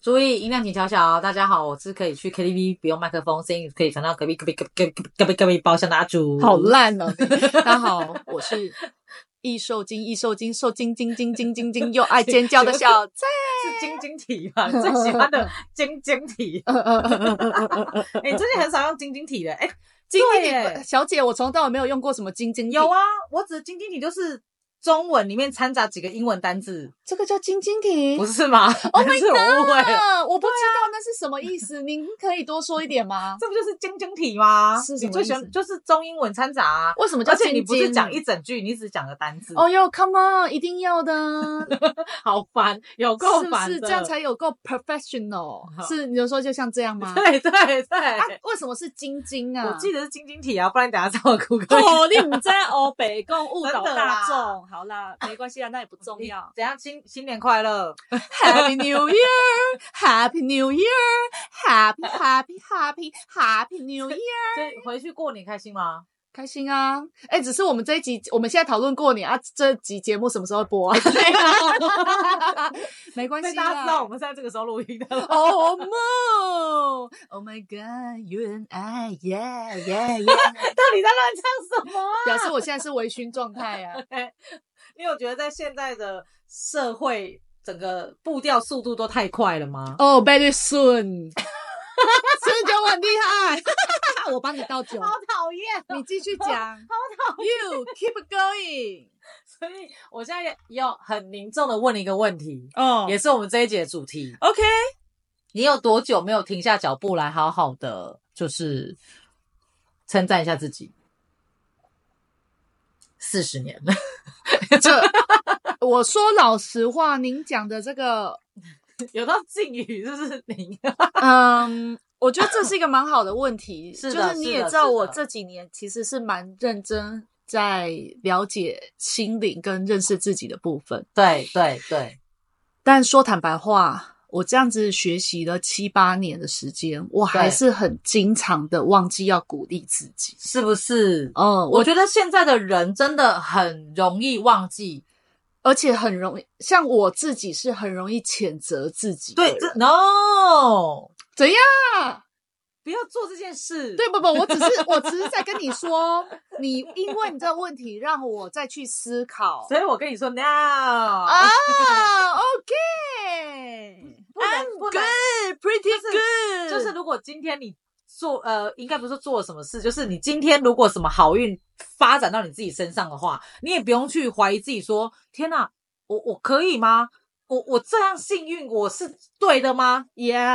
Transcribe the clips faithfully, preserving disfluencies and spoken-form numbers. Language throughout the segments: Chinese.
注意音量请调小。大家好，我是可以去 K T V 不用麦克风，声音可以传到隔壁隔壁隔壁隔壁隔壁包厢的阿竹。 好烂哦！大家好，我是易受惊易受惊受惊惊惊惊惊惊又爱尖叫的小蔡， 是晶晶体吧？最喜欢的晶晶体。哎、欸，你最近很少用晶晶体的，哎、欸， 晶晶体小姐，我从头到尾没有用过什么晶晶体。 有啊，我指的晶晶体就是中文里面掺杂几个英文单字， 这个叫晶晶体， 不是吗 ？Oh my god！ 我误会了， 我不知道那是什么意思，您可以多说一点吗？ 这不就是晶晶体吗？ 是什么意思？ 你最喜欢就是中英文掺杂啊？ 为什么叫晶晶？ 而且你不是讲一整句，你只讲个单字。 哦哟 ，Come on， 一定要的， 好烦，有够烦的， 是不是这样才有够 professional？ 是你就说就像这样吗？ 对对对、啊。 为什么是晶晶啊？ 我记得是晶晶体啊，不然等下找我谷歌。 哦，你不在欧北共误导大众，好啦，没关系啊，那也不重要。 怎样？新新年快乐 ，Happy New Year，Happy New Year，Happy Happy Happy Happy New Year。 所以回去过年开心吗？ 开心啊！哎、欸，只是我们这一集，我们现在讨论过年啊，这集节目什么时候播啊？没关系， 大家知道我们现在这个时候录音的了。 Oh no! Oh my God! you and I, yeah, yeah, yeah 到底在乱唱什么啊？ 表示我现在是微醺状态啊。 因为我觉得在现在的社会，整个步调速度都太快了吗？ 哦、oh, ，very soon， 吃酒很厉害。我帮你倒酒， 好讨厌、哦！ 你继续讲， 好讨厌 ，You keep going。 所以我现在要很凝重的问一个问题， 哦、 oh. 也是我们这一节的主题。 OK， 你有多久没有停下脚步来好好的就是称赞一下自己？四十年了。 这我说老实话，您讲的这个有到敬语，是不是您？ 嗯。我觉得这是一个蛮好的问题， 是的， 就是你也知道，我这几年其实是蛮认真在了解心灵跟认识自己的部分。 对对对， 但说坦白话，我这样子学习了七八年的时间，我还是很经常的忘记要鼓励自己， 是不是？ 嗯， 我觉得现在的人真的很容易忘记， 而且很容易，像我自己是很容易谴责自己的人。 对，这 no。 怎样？ 不要做这件事。 对不不，我只是我只是在跟你说，你因为你这个问题让我再去思考， 所以我跟你说 now 啊 ，OK，I'm good, pretty good。 就是如果今天你做呃，应该不是说做了什么事，就是你今天如果什么好运发展到你自己身上的话，你也不用去怀疑自己说，天哪，我我可以吗？我我这样幸运，我是对的吗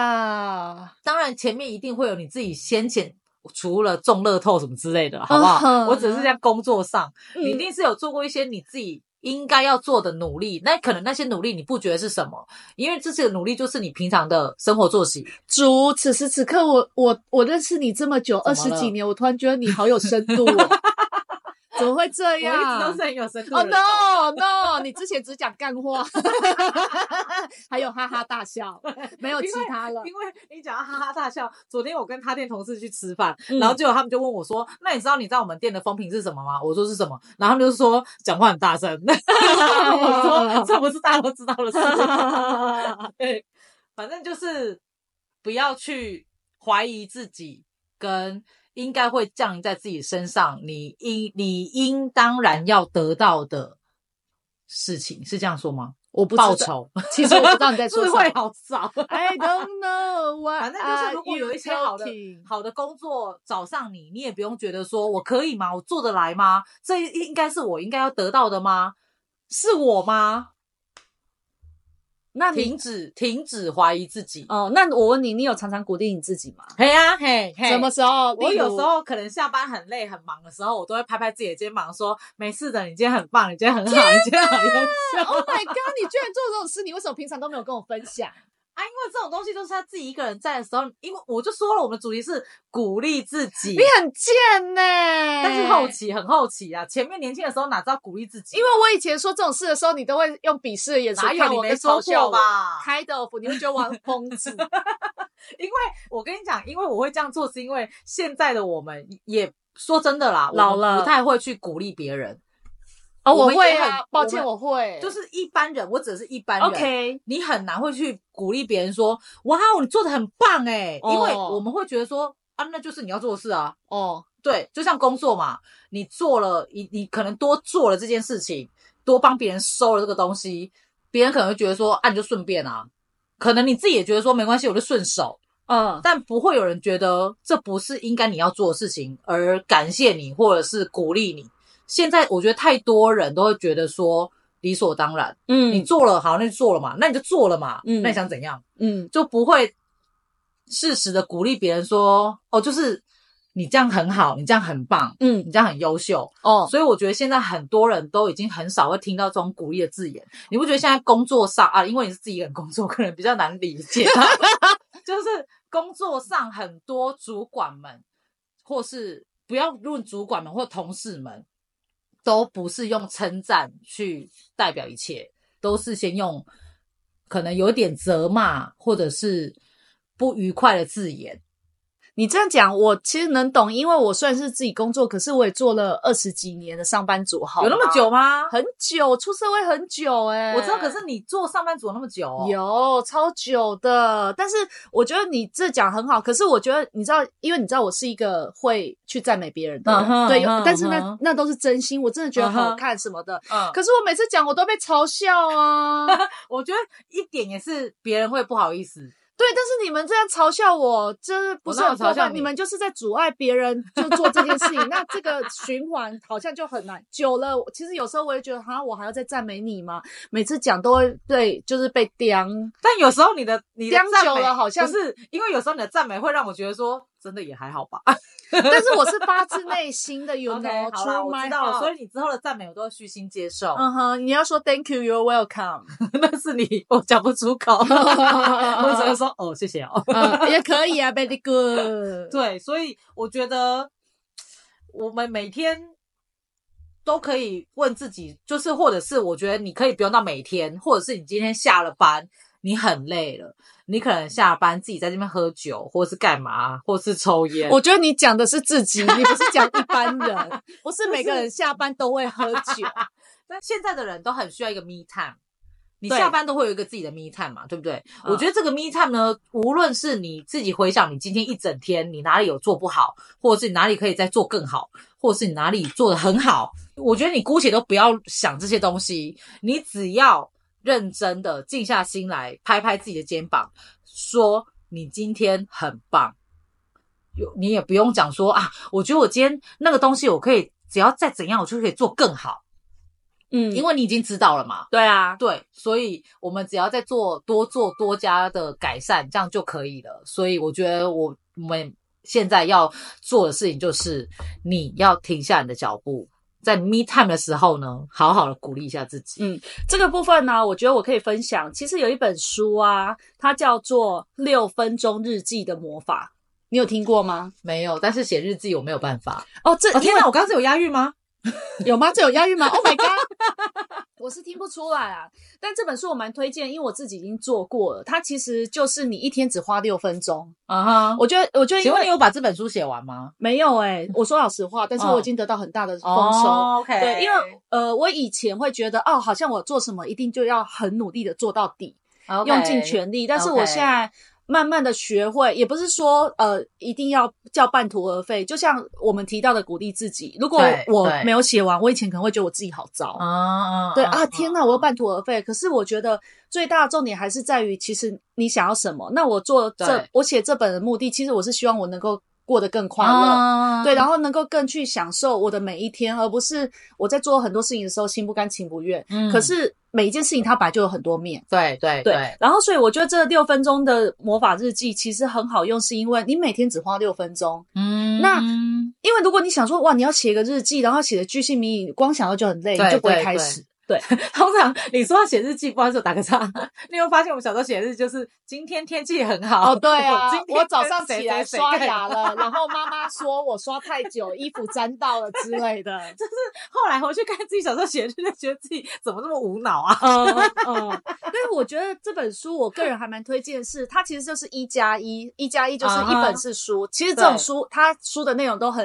？Yeah， 当然前面一定会有你自己先前除了中乐透什么之类的，好不好？ Uh-huh. 我只是在工作上，嗯、你一定是有做过一些你自己应该要做的努力。那可能那些努力你不觉得是什么，因为这些努力就是你平常的生活作息。 主，此时此刻我我我认识你这么久，二十几年，我突然觉得你好有深度哦。怎么会这样？ 我一直都是很有深度的。 哦、oh, no no， 你之前只讲干话，还有哈哈大笑，没有其他了。 因为, 因为你讲到哈哈大笑，昨天我跟他店同事去吃饭、嗯，然后结果他们就问我说：“那你知道你在我们店的风评是什么吗？”我说是什么，然后他们就说讲话很大声。我说这不是大家都知道的事。对，反正就是不要去怀疑自己跟。应该会降临在自己身上，你应你应当然要得到的事情，是这样说吗？ 我不知道， 报酬。 其实我不知道你在说什么。 智慧好少。 I don't know what。 反正就是如果有一些好的好的工作找上你，你也不用觉得说我可以吗？我做得来吗？这应该是我应该要得到的吗？是我吗？那停止停止怀疑自己哦。那我问你，你有常常鼓励你自己吗？ 嘿呀、啊、嘿嘿。 什么时候？ 我有时候可能下班很累很忙的时候，我都会拍拍自己的肩膀说：“没事的，你今天很棒，你今天很好，你今天很优秀。” Oh my god！ 你居然做这种事，你为什么平常都没有跟我分享？ 啊，因为这种东西都是他自己一个人在的时候，因为我就说了，我们主题是鼓励自己。 你很贱呢、欸， 但是后期很后期啊，前面年轻的时候哪知道鼓励自己？ 因为我以前说这种事的时候，你都会用鄙视的眼神看我，跟嘲笑吧。kind of， 你会觉得我很疯子。 因为我跟你讲，因为我会这样做，是因为现在的我们也说真的啦， 老了不太会去鼓励别人。 哦，我我们也很会啊，抱歉， 我我会， 就是一般人，我只是一般人 OK 你很难会去鼓励别人说哇你做得很棒诶、 哦因为我们会觉得说啊那就是你要做的事啊。 哦， 对，就像工作嘛，你做了你你可能多做了这件事情，多帮别人收了这个东西，别人可能会觉得说啊你就顺便啊，可能你自己也觉得说没关系我就顺手， 嗯， 但不会有人觉得这不是应该你要做的事情而感谢你或者是鼓励你。现在我觉得太多人都会觉得说理所当然， 嗯， 你做了好那就做了嘛，那你就做了嘛， 嗯， 那你想怎样？ 嗯， 就不会适时的鼓励别人说哦就是你这样很好，你这样很棒， 嗯， 你这样很优秀哦， 所以我觉得现在很多人都已经很少会听到这种鼓励的字眼。你不觉得现在工作上啊，因为你是自己一个人工作，可能比较难理解就是工作上很多主管们，或是不要论主管们或同事们，都不是用称赞去代表一切，都是先用可能有点责骂或者是不愉快的字眼。 你这样讲，我其实能懂，因为我虽然是自己工作，可是我也做了二十几年的上班族，好吗？ 有那么久吗？ 很久，出社会很久哎、欸。 我知道，可是你做上班族有那么久、哦？ 有超久的。但是我觉得你这讲很好，可是我觉得你知道，因为你知道我是一个会去赞美别人的人， uh-huh, 对， uh-huh, 但是那那都是真心，我真的觉得好看什么的。 嗯， 可是我每次讲我都被嘲笑啊。 我觉得一点也是别人会不好意思。 对，但是你们这样嘲笑我，这不是很嘲笑你？你们就是在阻碍别人就做这件事情，那这个循环好像就很难。久了，其实有时候我也觉得，哈，我还要再赞美你吗？每次讲都会对，就是被刁。 但有时候你的你的赞美久了好像不是，因为有时候你的赞美会让我觉得说，真的也还好吧。 但是我是发自内心的 ，you know， 好啦，我知道了。所以以你之后的赞美我都会虚心接受。 嗯哼，你要说 thank you，you're welcome， 那是你，我讲不出口，我只能说哦，谢谢哦， 嗯，也可以啊 ，very good。 对，所以我觉得我们每天都可以问自己，就是或者是我觉得你可以不用到每天，或者是你今天下了班。你很累了，你可能下班自己在这边喝酒，或是干嘛，或是抽烟。 我觉得你讲的是自己，你不是讲一般人，不是每个人下班都会喝酒。 但现在的人都很需要一个 me time， 你下班都会有一个自己的 me time 嘛，对不对？嗯、我觉得这个 me time 呢，无论是你自己回想你今天一整天，你哪里有做不好，或者是你哪里可以再做更好，或者是你哪里做得很好，我觉得你姑且都不要想这些东西，你只要认真的静下心来，拍拍自己的肩膀，说你今天很棒。你也不用讲说啊，我觉得我今天那个东西我可以只要再怎样我就可以做更好。嗯，因为你已经知道了嘛。 对啊， 对，所以我们只要再做多做多加的改善，这样就可以了。所以我觉得我我们现在要做的事情就是你要停下你的脚步，在 me time 的时候呢，好好的鼓励一下自己。 嗯，这个部分呢，我觉得我可以分享。其实有一本书啊，它叫做《六分钟日记的魔法》，你有听过吗？ 没有，但是写日记我没有办法。 哦，这哦天哪，我刚刚是有押韵吗？ 有吗？这有押韵吗 ？Oh my god！ 我是听不出来啊。但这本书我蛮推荐，因为我自己已经做过了。它其实就是你一天只花六分钟啊哈。 我觉得，我觉得， 请问你有把这本书写完吗？ 没有诶、欸、我说老实话，但是我已经得到很大的丰收。 哦、OK， 对，因为呃，我以前会觉得哦，好像我做什么一定就要很努力的做到底， okay, 用尽全力。但是我现在慢慢的学会，也不是说呃一定要叫半途而废，就像我们提到的鼓励自己。如果我没有写完，我以前可能会觉得我自己好糟啊， 对啊，天哪，我又半途而废。可是我觉得最大的重点还是在于，其实你想要什么。那我做这，我写这本的目的，其实我是希望我能够过得更快乐，啊、对，然后能够更去享受我的每一天，而不是我在做很多事情的时候心不甘情不愿。嗯，可是每一件事情它本来就有很多面， 对对对, 对。 然后所以我觉得这六分钟的魔法日记其实很好用，是因为你每天只花六分钟。嗯，那因为如果你想说哇，你要写个日记，然后写的巨细靡遗，光想到就很累，你就不会开始。对， 通常你说要写日记，不好意思，我打个岔。你有发现我们小时候写日记就是今天天气很好。 哦，对啊， 我, 我早上起来刷牙了，然后妈妈说我刷太久，衣服沾到了之类的。 就是后来回去看自己小时候写日记，就觉得自己怎么那么无脑啊。 嗯嗯。但是我觉得这本书，我个人还蛮推荐的是，它其实就是一加一，一加一就是一本是书。Uh-huh. 其实这种书，它书的内容都很。很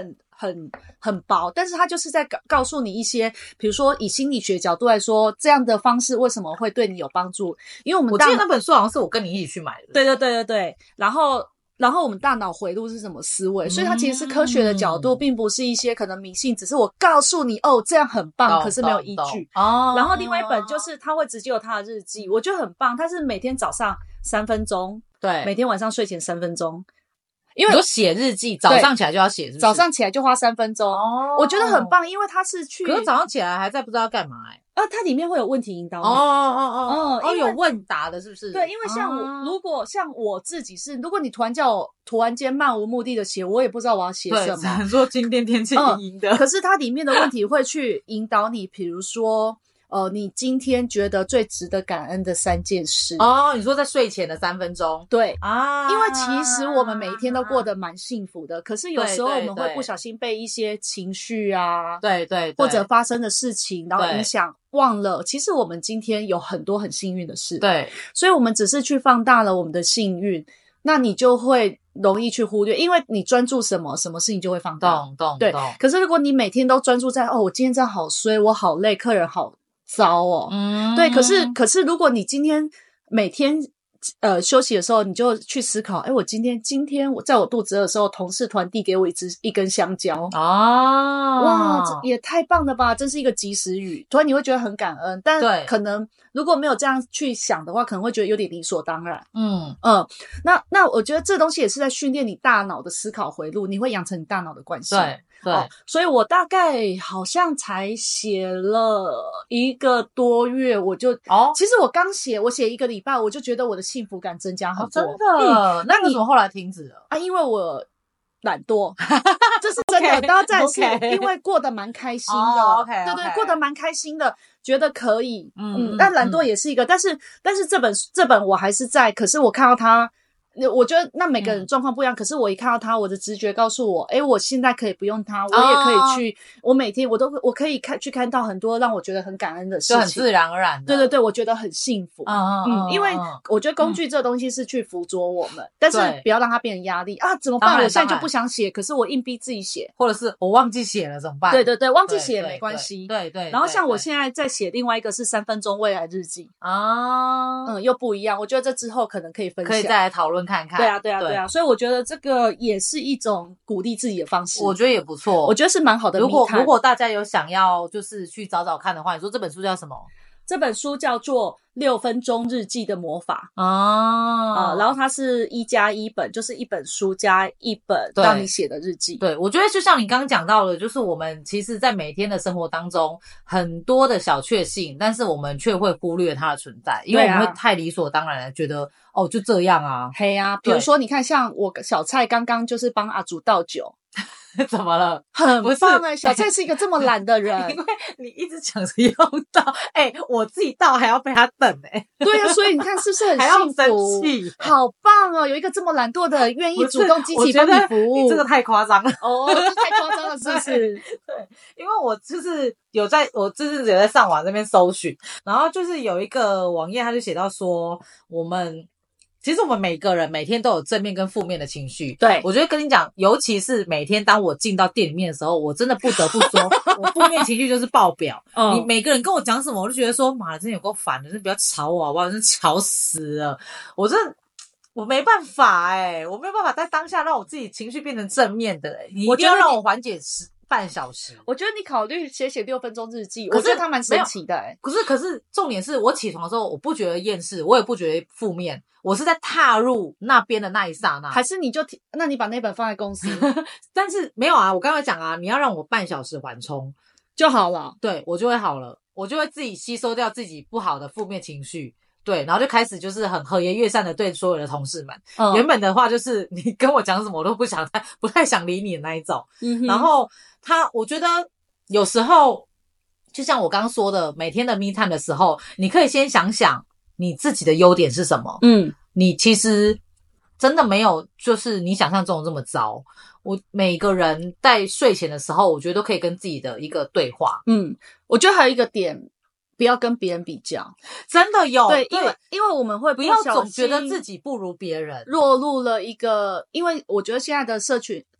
很很薄，但是它就是在告告诉你一些，比如说以心理学角度来说，这样的方式为什么会对你有帮助？因为我们我记得那本书好像是我跟你一起去买的。 对对对对对，然后。然后我们大脑回路是什么思维，所以它其实是科学的角度，嗯、并不是一些可能迷信，只是我告诉你哦这样很棒，可是没有依据哦。然后另外一本就是它会直接有它的日记，我觉得很棒，它是每天早上三分钟， 对， 每天晚上睡前三分钟。 因为有写日记，早上起来就要写是不是， 早上起来就花三分钟， 哦， 我觉得很棒，因为它是去， 可是早上起来还在不知道干嘛哎、 欸，啊，它里面会有问题引导， 哦哦哦哦， 哦，有问答的，是不是？ 对，因为像我，哦、如果像我自己是，如果你突然叫我突然间漫无目的的写，我也不知道我要写什么。 对，说今天天气阴阴的、 嗯，可是它里面的问题会去引导你，比如说。呃，你今天觉得最值得感恩的三件事哦？你说在睡前的三分钟， 对啊， 因为其实我们每一天都过得蛮幸福的，可是有时候我们会不小心被一些情绪啊， 对 对, 对， 或者发生的事情，然后影响，忘了其实我们今天有很多很幸运的事， 对， 所以我们只是去放大了我们的幸运，那你就会容易去忽略，因为你专注什么，什么事情就会放大， 懂懂对。可是如果你每天都专注在哦，我今天真的好衰，我好累，客人好。糟哦，嗯，对，可是可是，如果你今天每天呃休息的时候，你就去思考，哎，我今天今天我在我肚子饿的时候，同事突然递给我一只一根香蕉， 哦， 哇，这也太棒了吧！真是一个及时雨，突然你会觉得很感恩，但可能如果没有这样去想的话，可能会觉得有点理所当然。嗯嗯，那那我觉得这东西也是在训练你大脑的思考回路，你会养成你大脑的惯性。 对。对、哦， 所以我大概好像才写了一个多月，我就哦，其实我刚写，我写一个礼拜，我就觉得我的幸福感增加很多。 哦、真的？嗯、那你怎么后来停止了？ 啊，因为我懒惰，这是真的。 okay, 然后再是因为过得蛮开心的， 哦、okay, 对对， okay. 过得蛮开心的，觉得可以，嗯嗯。但懒惰也是一个，嗯、但是但是这本这本我还是在，可是我看到它。我觉得那每个人状况不一样、嗯、可是我一看到它，我的直觉告诉我，诶，我现在可以不用它，我也可以去、哦、我每天我都我可以看去看到很多让我觉得很感恩的事情， 就很自然而然的。 对对对，我觉得很幸福。嗯嗯嗯，因为我觉得工具这东西是去辅佐我们、嗯、但是不要让它变成压力啊，怎么办？我现在就不想写，可是我硬逼自己写， 或者是我忘记写了怎么办？ 对对对，忘记写也没关系。 对 对, 对, 对。 然后像我现在在写另外一个是三分钟未来日记啊，嗯，又不一样。我觉得这之后可能可以分享， 可以再来讨论看看。 对啊对啊。对啊，所以我觉得这个也是一种鼓励自己的方式， 我觉得也不错， 我觉得是蛮好的。 如果如果大家有想要就是去找找看的话，你说这本书叫什么？ 这本书叫做《六分钟日记的魔法》 啊、 呃，然后它是一加一本，就是一本书加一本让你写的日记。 对，我觉得就像你刚刚讲到的，就是我们其实在每天的生活当中很多的小确幸，但是我们却会忽略它的存在，因为我们会太理所当然的觉得、啊、哦就这样啊。 嘿啊，比如说你看，像我小蔡刚刚就是帮阿祖倒酒。 怎么了？ 很棒哎、欸！小蔡是一个这么懒的人， 因为你一直抢着要倒，哎、欸，我自己倒还要被他等哎、欸。 对啊，所以你看是不是很幸福？ 还要生气， 好棒哦！有一个这么懒惰的人愿意主动积极帮你服务， 你这个太夸张了哦，这太夸张了，是不是？ 对，因为我就是有在，我就是有在上网这边搜寻，然后就是有一个网页，他就写到说我们。其实我们每个人每天都有正面跟负面的情绪。 对， 我觉得跟你讲，尤其是每天当我进到店里面的时候，我真的不得不说，我负面情绪就是爆表。嗯、你每个人跟我讲什么，我就觉得说，妈的，真的有够烦的，真的不要吵我好不好？真的吵死了，我真的。我没办法哎、欸，我没有办法在当下让我自己情绪变成正面的、欸，你一定要让我缓解十半小时。 我觉得你考虑写写六分钟日记，我觉得它蛮神奇的哎、欸。 可是可是重点是我起床的时候，我不觉得厌世，我也不觉得负面，我是在踏入那边的那一刹那。 还是你就那你把那本放在公司？ 但是没有啊，我刚才讲啊，你要让我半小时缓冲就好了， 对我就会好了，我就会自己吸收掉自己不好的负面情绪。对，然后就开始就是很和颜悦善的对所有的同事们。嗯、原本的话就是你跟我讲什么我都不想太不太想理你的那一种。嗯、然后他我觉得有时候就像我刚刚说的，每天的 me time 的时候，你可以先想想你自己的优点是什么。嗯，你其实真的没有就是你想象中的这么糟。我每个人在睡前的时候，我觉得都可以跟自己的一个对话。 嗯，我觉得还有一个点。不要跟别人比较， 真的有对，因为因为我们会不要总觉得自己不如别人， 落入了一个，因为我觉得现在的社群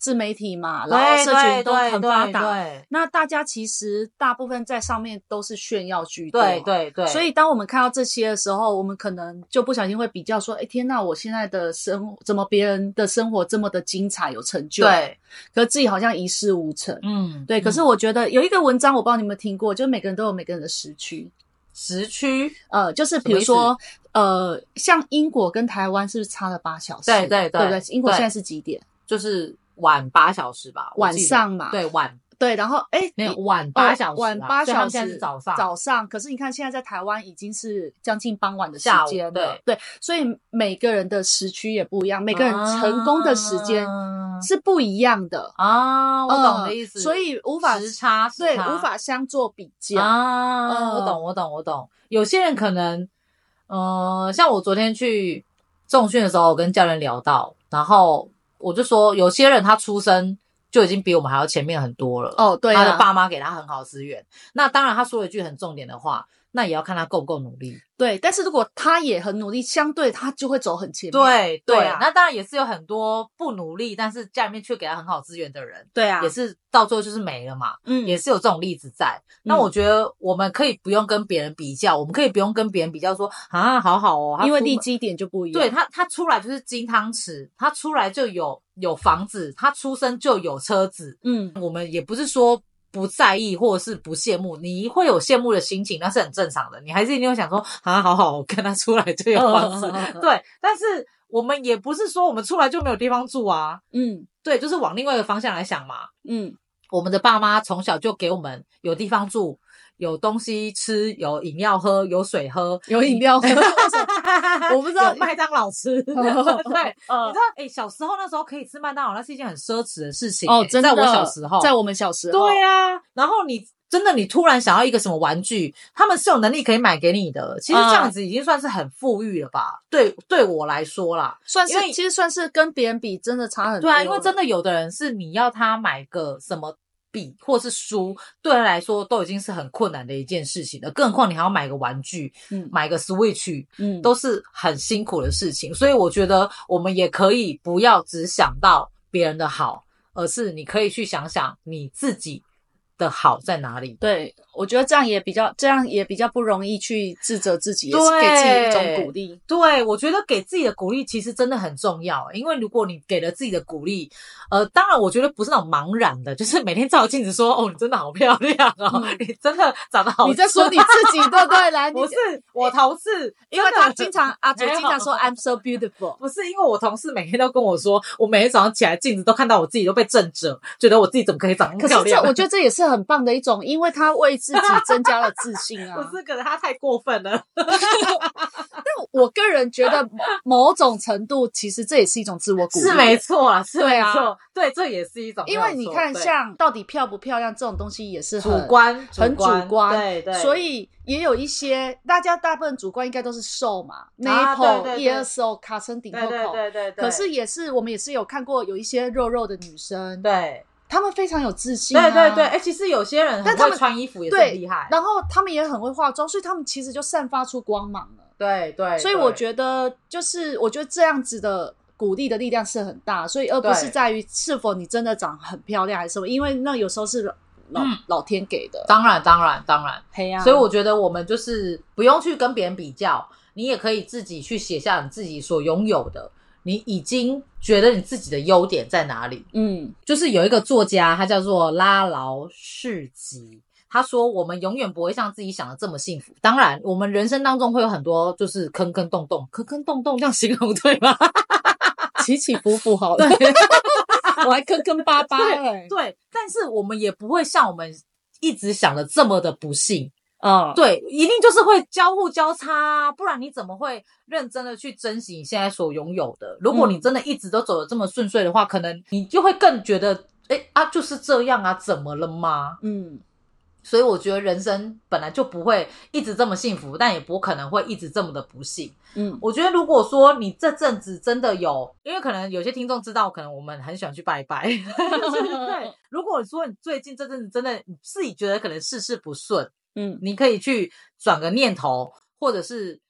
自媒体嘛，然后社群都很发达， 对对对， 那大家其实大部分在上面都是炫耀居多， 对对对， 所以当我们看到这些的时候，我们可能就不小心会比较说，哎，天哪，我现在的生活怎么别人的生活这么的精彩有成就， 对， 可是自己好像一事无成， 嗯， 对。可是我觉得有一个文章，我不知道你有没有听过，就是每个人都有每个人的时区， 时区， 呃，就是比如说，呃，像英国跟台湾是不是差了八小时？ 对对对， 对不对？英国现在是几点？ 就是晚八小时吧， 晚上嘛， 对晚。 对，然后哎， 没有晚八小时、啊哦， 晚八小时， 现在是早上。 早上，可是你看现在在台湾已经是将近傍晚的时间了， 对对，所以每个人的时区也不一样，每个人成功的时间是不一样的啊。我懂的意思， 呃、所以无法时差，时差对，无法相做比较啊、 呃。 我懂，我懂，我懂。有些人可能，呃，像我昨天去重训的时候，我跟教练聊到，然后我就说，有些人他出生就已经比我们还要前面很多了。 哦，对、啊， 他的爸妈给他很好的资源。那当然，他说了一句很重点的话，那也要看他够不够努力。 对，但是如果他也很努力，相对他就会走很前面。 对对, 对啊， 那当然也是有很多不努力，但是家里面却给他很好资源的人。 对啊， 也是到最后就是没了嘛。 嗯， 也是有这种例子在。那我觉得我们可以不用跟别人比较，我们可以不用跟别人比较说啊，好好哦， 因为立基点就不一样。 对他，他出来就是金汤匙，他出来就有有房子，他出生就有车子。 嗯， 我们也不是说不在意或者是不羡慕，你会有羡慕的心情，那是很正常的。你还是一定会想说啊，好好，我跟他出来就有房子。对，但是我们也不是说我们出来就没有地方住啊。 嗯， 对，就是往另外一个方向来想嘛。 嗯， 我们的爸妈从小就给我们有地方住，有东西吃，有饮料喝，有水喝， 有饮料喝。我不知道有麦当劳吃。对， 呃、 你知道，哎、欸，小时候那时候可以吃麦当劳，那是一件很奢侈的事情、欸。 哦，真的， 在我小时候， 在我们小时候， 对啊。然后你真的，你突然想要一个什么玩具，他们是有能力可以买给你的。其实这样子已经算是很富裕了吧？嗯、对，对我来说啦， 算是，其实算是跟别人比，真的差很多。 对啊，因为真的有的人是你要他买个什么笔或是书，对他来说都已经是很困难的一件事情了，更何况你还要买个玩具，嗯，买个 Switch， 嗯，都是很辛苦的事情。所以我觉得我们也可以不要只想到别人的好，而是你可以去想想你自己的好在哪里。 对，我觉得这样也比较，这样也比较不容易去自责自己，也是给自己一种鼓励。 对，我觉得给自己的鼓励其实真的很重要，因为如果你给了自己的鼓励，呃，当然我觉得不是那种茫然的，就是每天照镜子说，哦，你真的好漂亮哦，嗯、你真的长得好。 你在说你自己对不对？来， 不是我同事， 因为他经常阿祖经常说 I'm so beautiful， 不是因为我同事每天都跟我说，我每天早上起来镜子都看到我自己都被震折，觉得我自己怎么可以长那么漂亮？ 可是这我觉得这也是很棒的一种，因为他为自己增加了自信啊。 不是，可能他太过分了。 但我个人觉得某种程度其实这也是一种自我鼓励， 是没错啊，是没错， 啊、 对，这也是一种。 因为你看，像到底漂不漂亮这种东西也是很主观， 很主观， 对对， 所以也有一些大家大部分主观应该都是瘦嘛 ，nipple 也瘦，卡成顶扣扣， 对对对对。 可是也是我们也是有看过有一些肉肉的女生， 对。 他们非常有自信、啊， 对对对，哎、欸，其实有些人很会穿衣服也是很厉害， 然后他们也很会化妆，所以他们其实就散发出光芒了。 对 对, 对， 所以我觉得就是我觉得这样子的鼓励的力量是很大，所以而不是在于是否你真的长很漂亮还是什么，因为那有时候是老、嗯、老天给的。 当然当然当然， 嘿啊， 所以我觉得我们就是不用去跟别人比较，你也可以自己去写下你自己所拥有的。你已经觉得你自己的优点在哪里？嗯，就是有一个作家，他叫做拉劳士吉，他说我们永远不会像自己想的这么幸福。当然，我们人生当中会有很多就是坑坑洞洞，坑坑洞洞这样形容对吗？ 起起伏伏好了，我还坑坑巴巴欸。对，但是我们也不会像我们一直想的这么的不幸。 嗯， 对，一定就是会交互交叉啊，不然你怎么会认真的去珍惜你现在所拥有的？如果你真的一直都走得这么顺遂的话，嗯、可能你就会更觉得，哎啊，就是这样啊，怎么了吗？嗯，所以我觉得人生本来就不会一直这么幸福，但也不可能会一直这么的不幸。嗯，我觉得如果说你这阵子真的有，因为可能有些听众知道，可能我们很喜欢去拜拜。对，如果说你最近这阵子真的你自己觉得可能事事不顺。嗯，你可以去转个念头，或者是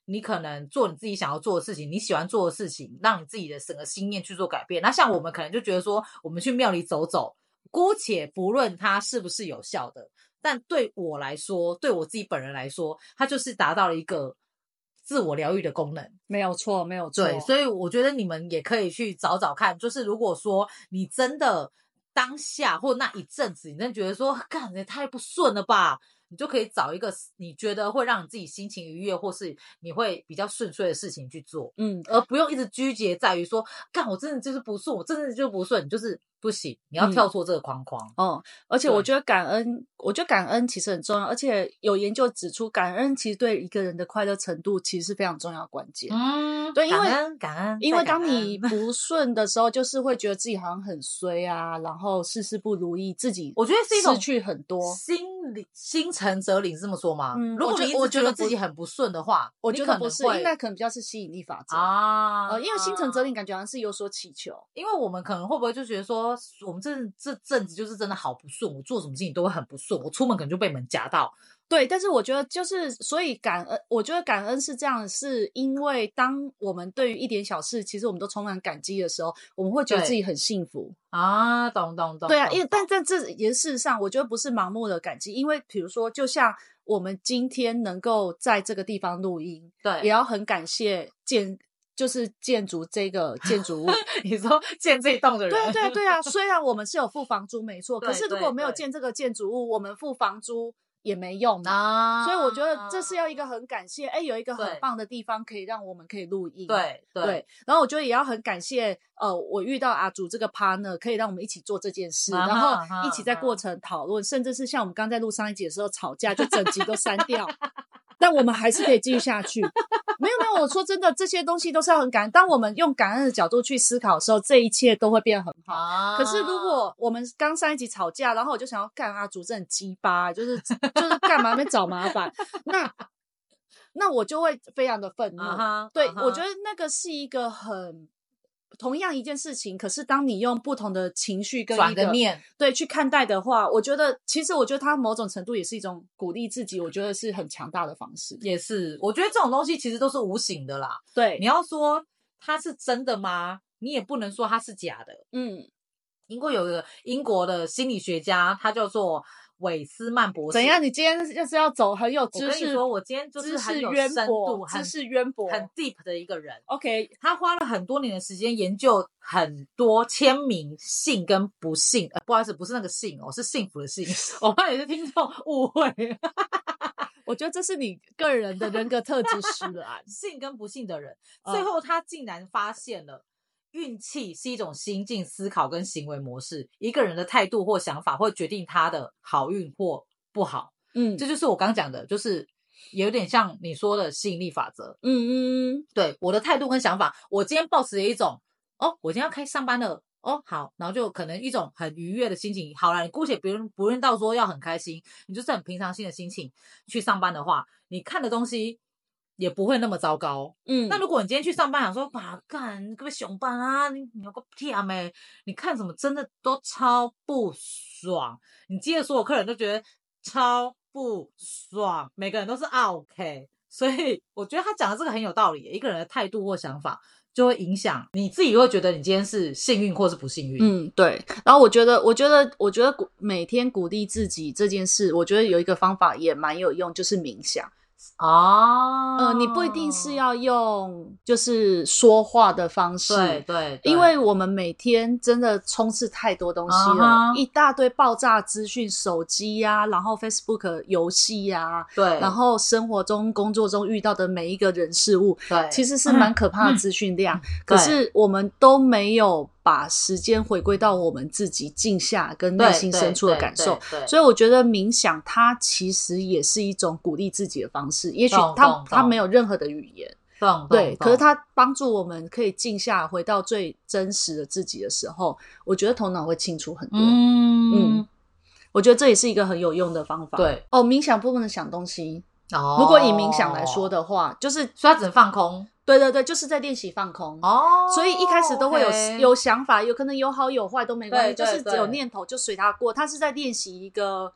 你可能做你自己想要做的事情，你喜欢做的事情，让你自己的整个心念去做改变。那像我们可能就觉得说，我们去庙里走走，姑且不论它是不是有效的，但对我来说，对我自己本人来说，它就是达到了一个自我疗愈的功能。 没有错，没有错。 对，所以我觉得你们也可以去找找看，就是如果说你真的当下或那一阵子，你真的觉得说，干也太不顺了吧，你就可以找一个你觉得会让你自己心情愉悦，或是你会比较顺遂的事情去做，嗯，而不用一直拘结在于说，干我真的就是不顺，我真的就不顺，就是不行，你要跳出这个框框。 嗯，嗯而且我觉得感恩，我觉得感恩其实很重要，而且有研究指出，感恩其实对一个人的快乐程度其实是非常重要的关键。嗯，对，因为感恩感恩， 因为当你不顺的时候，就是会觉得自己好像很衰啊，然后事事不如意，自己我觉得是一种失去很多。 心理心诚则灵是这么说吗？嗯，如果你一直觉得自己很不顺的话， 我觉得不是，应该可能比较是吸引力法则啊。呃，因为心诚则灵感觉好像是有所祈求， 因为我们可能会不会就觉得说，我们这这阵子就是真的好不顺，我做什么事情都会很不顺，我出门可能就被门夹到。 对，但是我觉得就是所以感恩，我觉得感恩是这样，是因为当我们对于一点小事，其实我们都充满感激的时候，我们会觉得自己很幸福啊。懂懂懂。 对啊，因为但但这也是事实上，我觉得不是盲目的感激，因为比如说，就像我们今天能够在这个地方录音， 对， 也要很感谢建。就是建筑这个建筑物， 你说建这一栋的人， 对对对啊。虽然我们是有付房租没错，可是如果没有建这个建筑物，我们付房租也没用啊。所以我觉得这是要一个很感谢，哎，有一个很棒的地方可以让我们可以录音。 对 对, 对。然后我觉得也要很感谢，呃，我遇到阿竹这个 partner， 可以让我们一起做这件事，然后一起在过程讨论，甚至是像我们刚在录上一集的时候吵架，就整集都删掉。但我们还是可以继续下去。没有没有，我说真的，这些东西都是要很感恩。当我们用感恩的角度去思考的时候，这一切都会变得很好。啊、可是如果我们刚上一集吵架，然后我就想要干阿竹这很鸡巴，就是就是干嘛没找麻烦，那那我就会非常的愤怒。Uh-huh, 对， uh-huh. 我觉得那个是一个很。同样一件事情，可是当你用不同的情绪跟一个转个面对去看待的话，我觉得其实我觉得它某种程度也是一种鼓励自己，我觉得是很强大的方式。 也是，我觉得这种东西其实都是无形的啦。 对， 你要说它是真的吗？你也不能说它是假的。嗯，英国有一个英国的心理学家，他叫做韦斯曼博士。 怎样？你今天就是要走很有知识？ 我跟你说，我今天就是很有深度、 知识渊博、 很 deep 的一个人。 OK， 他花了很多年的时间研究很多签名幸跟不幸。呃，不好意思，不是那个幸哦，是幸福的幸。我怕有些听众误会。 我觉得这是你个人的人格特质使然。 幸跟不幸的人，最后他竟然发现了。运气是一种心境、思考跟行为模式，一个人的态度或想法会决定他的好运或不好。嗯，这就是我刚讲的，就是有点像你说的吸引力法则。嗯嗯，对，我的态度跟想法，我今天抱持了一种，哦，我今天要开上班了，哦，好，然后就可能一种很愉悦的心情。好啦，你姑且不用不论到说要很开心，你就是很平常心的心情去上班的话，你看的东西。也不会那么糟糕。嗯，那如果你今天去上班想说把干你可不可以上班啊，你有个屁啊没，你看什么真的都超不爽，你接着所有客人都觉得超不爽，每个人都是 OK。 所以我觉得他讲的这个很有道理，一个人的态度或想法就会影响你自己，会觉得你今天是幸运或是不幸运。 嗯，对。然后我觉得我觉得我觉得每天鼓励自己这件事，我觉得有一个方法也蛮有用，就是冥想。哦，呃，你不一定是要用就是说话的方式， 对 对, 对，因为我们每天真的充斥太多东西了， uh-huh. 一大堆爆炸资讯，手机呀、啊，然后 Facebook 游戏呀、啊， 对， 然后生活中、工作中遇到的每一个人事物， 对， 其实是蛮可怕的资讯量、嗯，可是我们都没有把时间回归到我们自己静下跟内心深处的感受，所以我觉得冥想它其实也是一种鼓励自己的方式，也许它它没有任何的语言，对，可是它帮助我们可以静下回到最真实的自己的时候，我觉得头脑会清楚很多。嗯嗯，我觉得这也是一个很有用的方法。 对哦，冥想不能想东西。哦，如果以冥想来说的话，就是所以它只能放空。 对对对，就是在练习放空哦，所以一开始都会有、okay. 有想法，有可能有好有坏都没关系，就是只有念头就随它过。它是在练习一个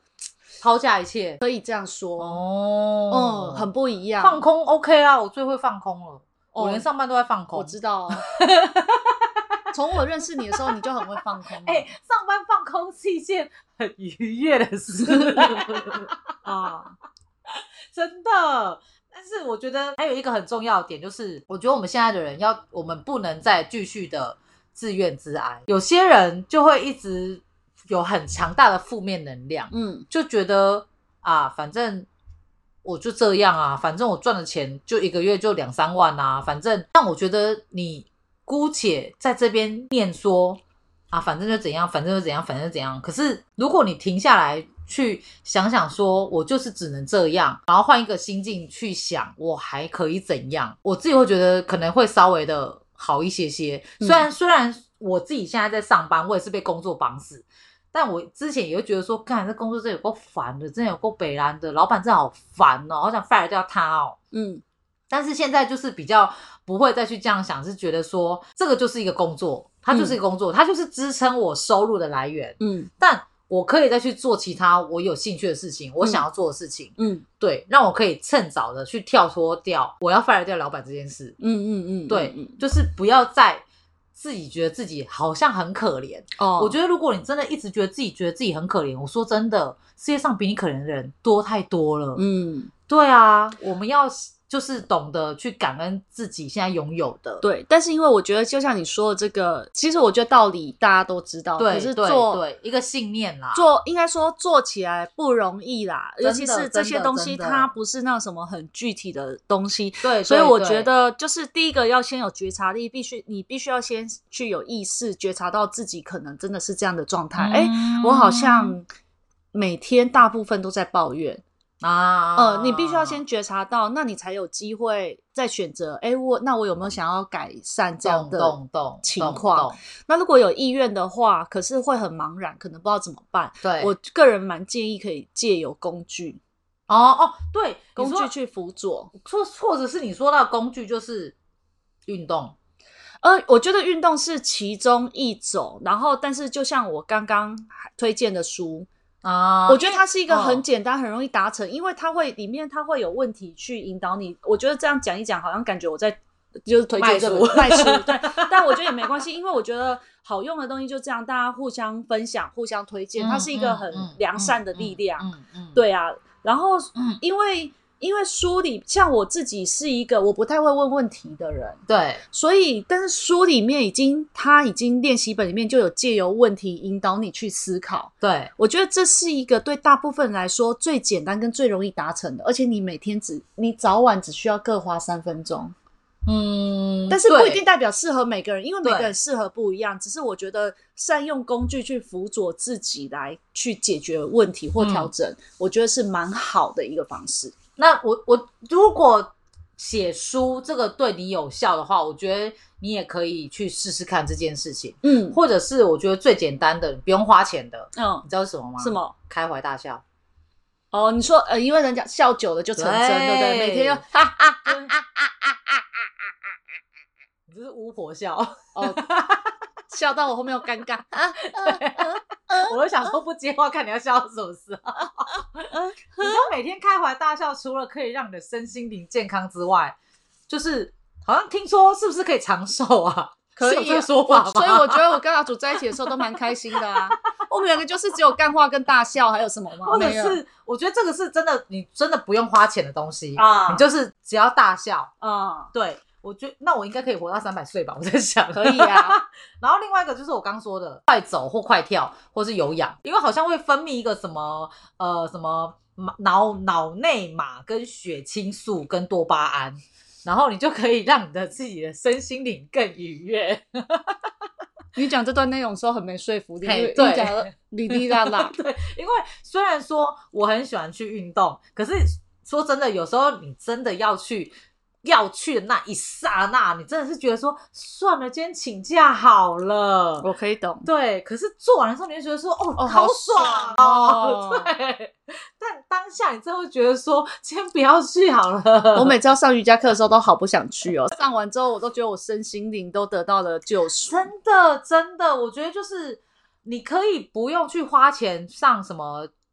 抛下一切， 可以这样说哦， 嗯，很不一样。 放空 OK 啊，我最会放空了， 哦、 我连上班都在放空。 我知道啊。从我认识你的时候，你就很会放空、啊。 哎、欸，上班放空是一件很愉悦的事啊，真的。但是我觉得还有一个很重要的点，就是我觉得我们现在的人要，我们不能再继续的自怨自艾。有些人就会一直有很强大的负面能量，嗯，就觉得啊，反正我就这样啊，反正我赚的钱就一个月就两三万啊，反正。但我觉得你姑且在这边念说啊，反正就怎样，反正就怎样，反正就怎样。可是如果你停下来去想想说，我就是只能这样，然后换一个心境去想，我还可以怎样，我自己会觉得可能会稍微的好一些些。虽然、嗯、虽然我自己现在在上班，我也是被工作绑死。但我之前也会觉得说，干这工作真的有够烦的，真的有够北蓝的，老板真的好烦哦，好想 fire 掉他哦。嗯，但是现在就是比较不会再去这样想，是觉得说这个就是一个工作，它就是一个工作，嗯、它就是支撑我收入的来源。嗯，但我可以再去做其他我有兴趣的事情，我想要做的事情。嗯，对，让我可以趁早的去跳脱掉我要 fire 掉老板这件事。嗯嗯嗯，对，嗯、就是不要再自己觉得自己好像很可怜哦。我觉得如果你真的一直觉得自己觉得自己很可怜，我说真的，世界上比你可怜的人多太多了。嗯，对啊，我们要就是懂得去感恩自己现在拥有的。 对，但是因为我觉得就像你说的这个，其实我觉得道理大家都知道， 对， 可是做对, 对一个信念啦， 做应该说做起来不容易啦，尤其是这些东西它不是那什么很具体的东西。对，所以我觉得就是第一个要先有觉察力，必须你必须要先去有意识觉察到自己可能真的是这样的状态。哎、嗯，我好像每天大部分都在抱怨。啊，呃，你必须要先觉察到，那你才有机会再选择。哎，我那我有没有想要改善这样的情况？那如果有意愿的话，可是会很茫然，可能不知道怎么办。对，我个人蛮建议可以借由工具。 哦哦，对， 工具去辅佐， 或或者是你说到工具就是运动。 呃，我觉得运动是其中一种，然后但是就像我刚刚推荐的书。啊、uh, 我觉得它是一个很简单、哦、很容易达成，因为它会里面它会有问题去引导你。我觉得这样讲一讲，好像感觉我在就是推荐这本卖书，对。但我觉得也没关系，因为我觉得好用的东西就这样，大家互相分享、互相推荐，嗯、它是一个很良善的力量。嗯嗯嗯嗯、对啊，然后、嗯、因为。因为书里像我自己是一个我不太会问问题的人， 对， 所以但是书里面已经他已经练习本里面就有借由问题引导你去思考， 对， 我觉得这是一个对大部分人来说最简单跟最容易达成的，而且你每天只你早晚只需要各花三分钟。嗯，但是不一定代表适合每个人，因为每个人适合不一样，只是我觉得善用工具去辅佐自己来去解决问题或调整、嗯、我觉得是蛮好的一个方式。 那我我如果写书这个对你有效的话，我觉得你也可以去试试看这件事情。嗯，或者是我觉得最简单的不用花钱的，嗯，你知道是什么吗？ 什么？ 开怀大笑。 哦，你说呃，因为人家笑久了就成真， 对, 对不对？每天就哈哈哈哈哈哈， 你这是巫婆笑哦，笑到我后面又尴尬。 我就想说不接话，看你要笑到什么时候。你知道每天开怀大笑，除了可以让你的身心灵健康之外，就是好像听说是不是可以长寿啊？ 可以， 是有这个说法吗？ 所以我觉得我跟阿祖在一起的时候都蛮开心的啊。我们两个就是只有干话跟大笑，还有什么吗？ 或者是我觉得这个是真的，你真的不用花钱的东西啊，你就是只要大笑啊，对。我觉得那我应该可以活到三百岁吧，我在想。 可以啊。 然后另外一个就是我刚说的快走或快跳或是有氧，因为好像会分泌一个什么呃什么脑脑内马跟血清素跟多巴胺，然后你就可以让你的自己的身心灵更愉悦。 你讲这段内容的时候很没说服力，因为你讲的哩哩啦啦。 对，因为虽然说我很喜欢去运动，可是说真的，有时候你真的要去。要去的那一刹那，你真的是觉得说算了，今天请假好了。 我可以懂。 对，可是做完的时候，你就觉得说哦， 哦好爽哦。对，但当下你真的会觉得说，今天不要去好了。 我每次要上瑜伽课的时候，都好不想去哦。上完之后，我都觉得我身心灵都得到了救赎。 真的，真的，我觉得就是你可以不用去花钱上什么。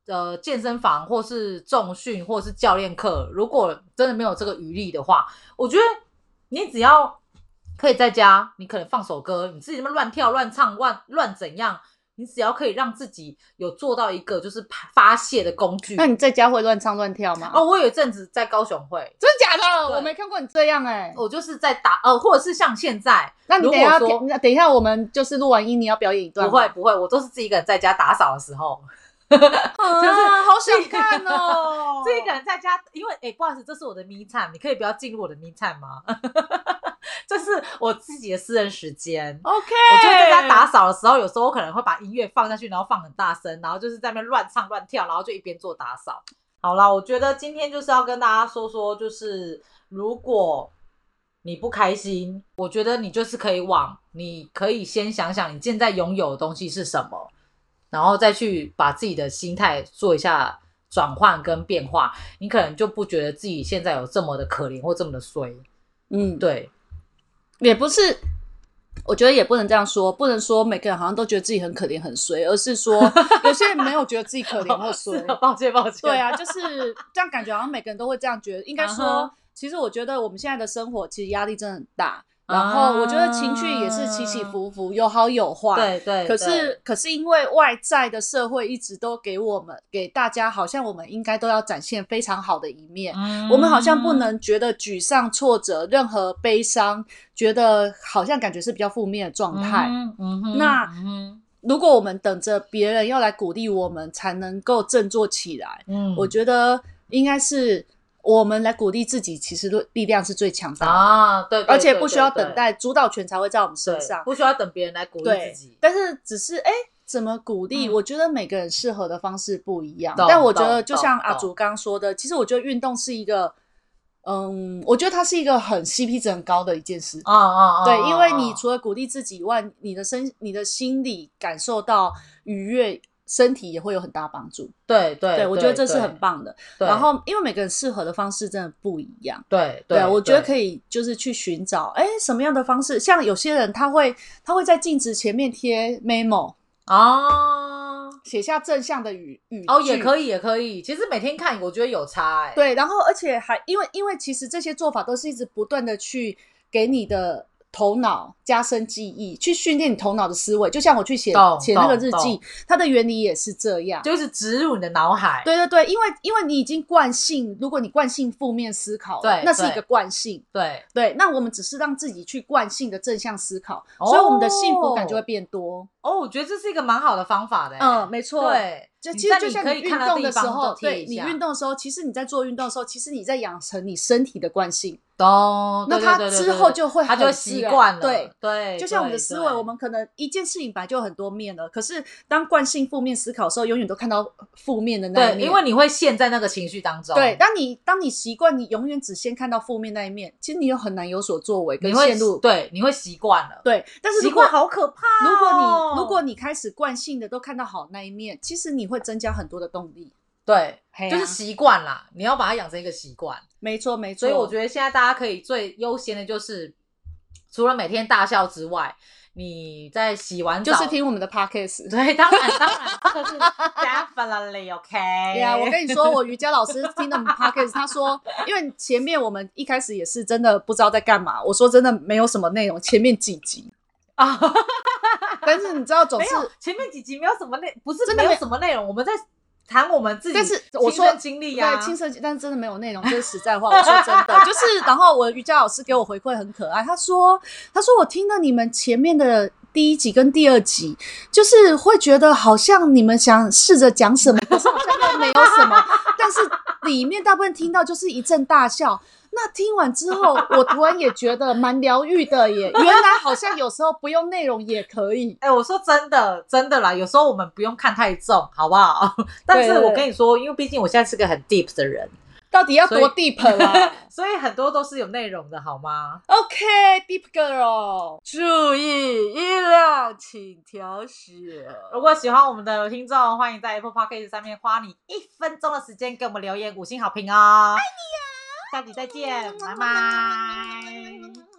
呃健身房或是重训或是教练课，如果真的没有这个余力的话，我觉得你只要可以在家，你可能放首歌，你自己那么乱跳乱唱乱乱怎样，你只要可以让自己有做到一个就是发泄的工具。 那你在家会乱唱乱跳吗？ 哦，我有一阵子在高雄会。 真的假的？我没看过你这样哎、欸。 我就是在打呃，或者是像现在， 那你等一下，等一下我们就是录完音，你要表演一段吗？ 不会不会，我都是自己一个人在家打扫的时候。 就是好想看哦， 自己一个人在家，因为哎、欸，不好意思，这是我的 me time， 你可以不要进入我的 me time 吗？这是我自己的私人时间。 OK， 我就在家打扫的时候，有时候我可能会把音乐放下去，然后放很大声，然后就是在那边乱唱乱跳，然后就一边做打扫。好啦，我觉得今天就是要跟大家说说，就是如果你不开心，我觉得你就是可以往，你可以先想想你现在拥有的东西是什么。然后再去把自己的心态做一下转换跟变化，你可能就不觉得自己现在有这么的可怜或这么的衰。 嗯， 对， 也不是，我觉得也不能这样说，不能说每个人好像都觉得自己很可怜很衰，而是说有些人没有觉得自己可怜或衰。 抱歉抱歉。 对啊，就是这样感觉好像每个人都会这样觉得。应该说， uh-huh. 其实我觉得我们现在的生活其实压力真的很大。然后我觉得情绪也是起起伏伏，有好有坏。 对对。 可是可是因为外在的社会一直都给我们给大家，好像我们应该都要展现非常好的一面。嗯、我们好像不能觉得沮丧、挫折、任何悲伤，觉得好像感觉是比较负面的状态。嗯嗯、那、嗯、如果我们等着别人要来鼓励我们才能够振作起来，嗯，我觉得应该是。我们来鼓励自己，其实力量是最强大的啊！对， 对， 对， 对， 对，而且不需要等待主导权才会在我们身上， 不需要等别人来鼓励自己。 但是只是哎，怎么鼓励、嗯？我觉得每个人适合的方式不一样。 嗯、 但我觉得，就像阿竹刚刚说的，其实我觉得运动是一个，嗯，我觉得它是一个很 C P 值很高的一件事。 啊啊啊！ 对，因为你除了鼓励自己以外，你的身、你的心理感受到愉悦。身体也会有很大帮助。 对对 对, 对，我觉得这是很棒的。然后因为每个人适合的方式真的不一样。 对对, 对，我觉得可以就是去寻找哎什么样的方式，像有些人他会他会在镜子前面贴 memo 哦， 写下正向的语语哦，也可以也可以。其实每天看我觉得有差哎、欸。 对，然后而且还因为因为其实这些做法都是一直不断的去给你的头脑加深记忆，去训练你头脑的思维，就像我去写写那个日记，它的原理也是这样， 就是植入你的脑海。 对对对，因为因为你已经惯性，如果你惯性负面思考， 对， 那是一个惯性， 对对，那我们只是让自己去惯性的正向思考，哦、所以我们的幸福感就会变多。 哦，我觉得这是一个蛮好的方法的。 嗯，没错， 对。 就其实就像你运动的时候，对你运动的时候，其实你在做运动的时候，其实你在养成你身体的惯性。 哦， 那他之后就会他就习惯了。 对对， 就像我们的思维，我们可能一件事情本来就有很多面了，可是当惯性负面思考的时候，永远都看到负面的那一面。 对，因为你会陷在那个情绪当中。 对，当你当你习惯，你永远只先看到负面那一面，其实你又很难有所作为跟陷入。 对，你会习惯了。 对，但是习惯好可怕哦。 如果你如果你开始惯性的都看到好那一面，其实你会增加很多的动力。 对，啊、就是习惯啦，你要把它养成一个习惯。 没错没错。 所以我觉得现在大家可以最优先的就是除了每天大笑之外，你在洗完澡就是听我们的 podcast。 对，当然当然这个是 definitely OK。 对啊，我跟你说，我瑜伽老师听我们 podcast 他说因为前面我们一开始也是真的不知道在干嘛，我说真的没有什么内容，前面几集啊但是你知道总是前面几集没有什么内不是没有什么内容，我们在谈我们自己亲身经历啊， 对，亲身，但是真的没有内容，这是实在话。我说真的，就是然后我瑜伽老师给我回馈很可爱，他说，他说我听了你们前面的第一集跟第二集，就是会觉得好像你们想试着讲什么，可是好像又没有什么，但是里面大部分听到就是一阵大笑。那听完之后，我突然也觉得蛮疗愈的耶。原来好像有时候不用内容也可以。 哎、欸，我说真的，真的啦，有时候我们不用看太重，好不好？但是我跟你说，因为毕竟我现在是个很 deep 的人， 到底要多 deep 啦？ 所以很多都是有内容的，好吗 ？OK，deep girl， 注意音量，请调小。 如果喜欢我们的听众，欢迎在 Apple Podcast 上面花你一分钟的时间给我们留言五星好评哦。爱你啊！下集再见，拜拜。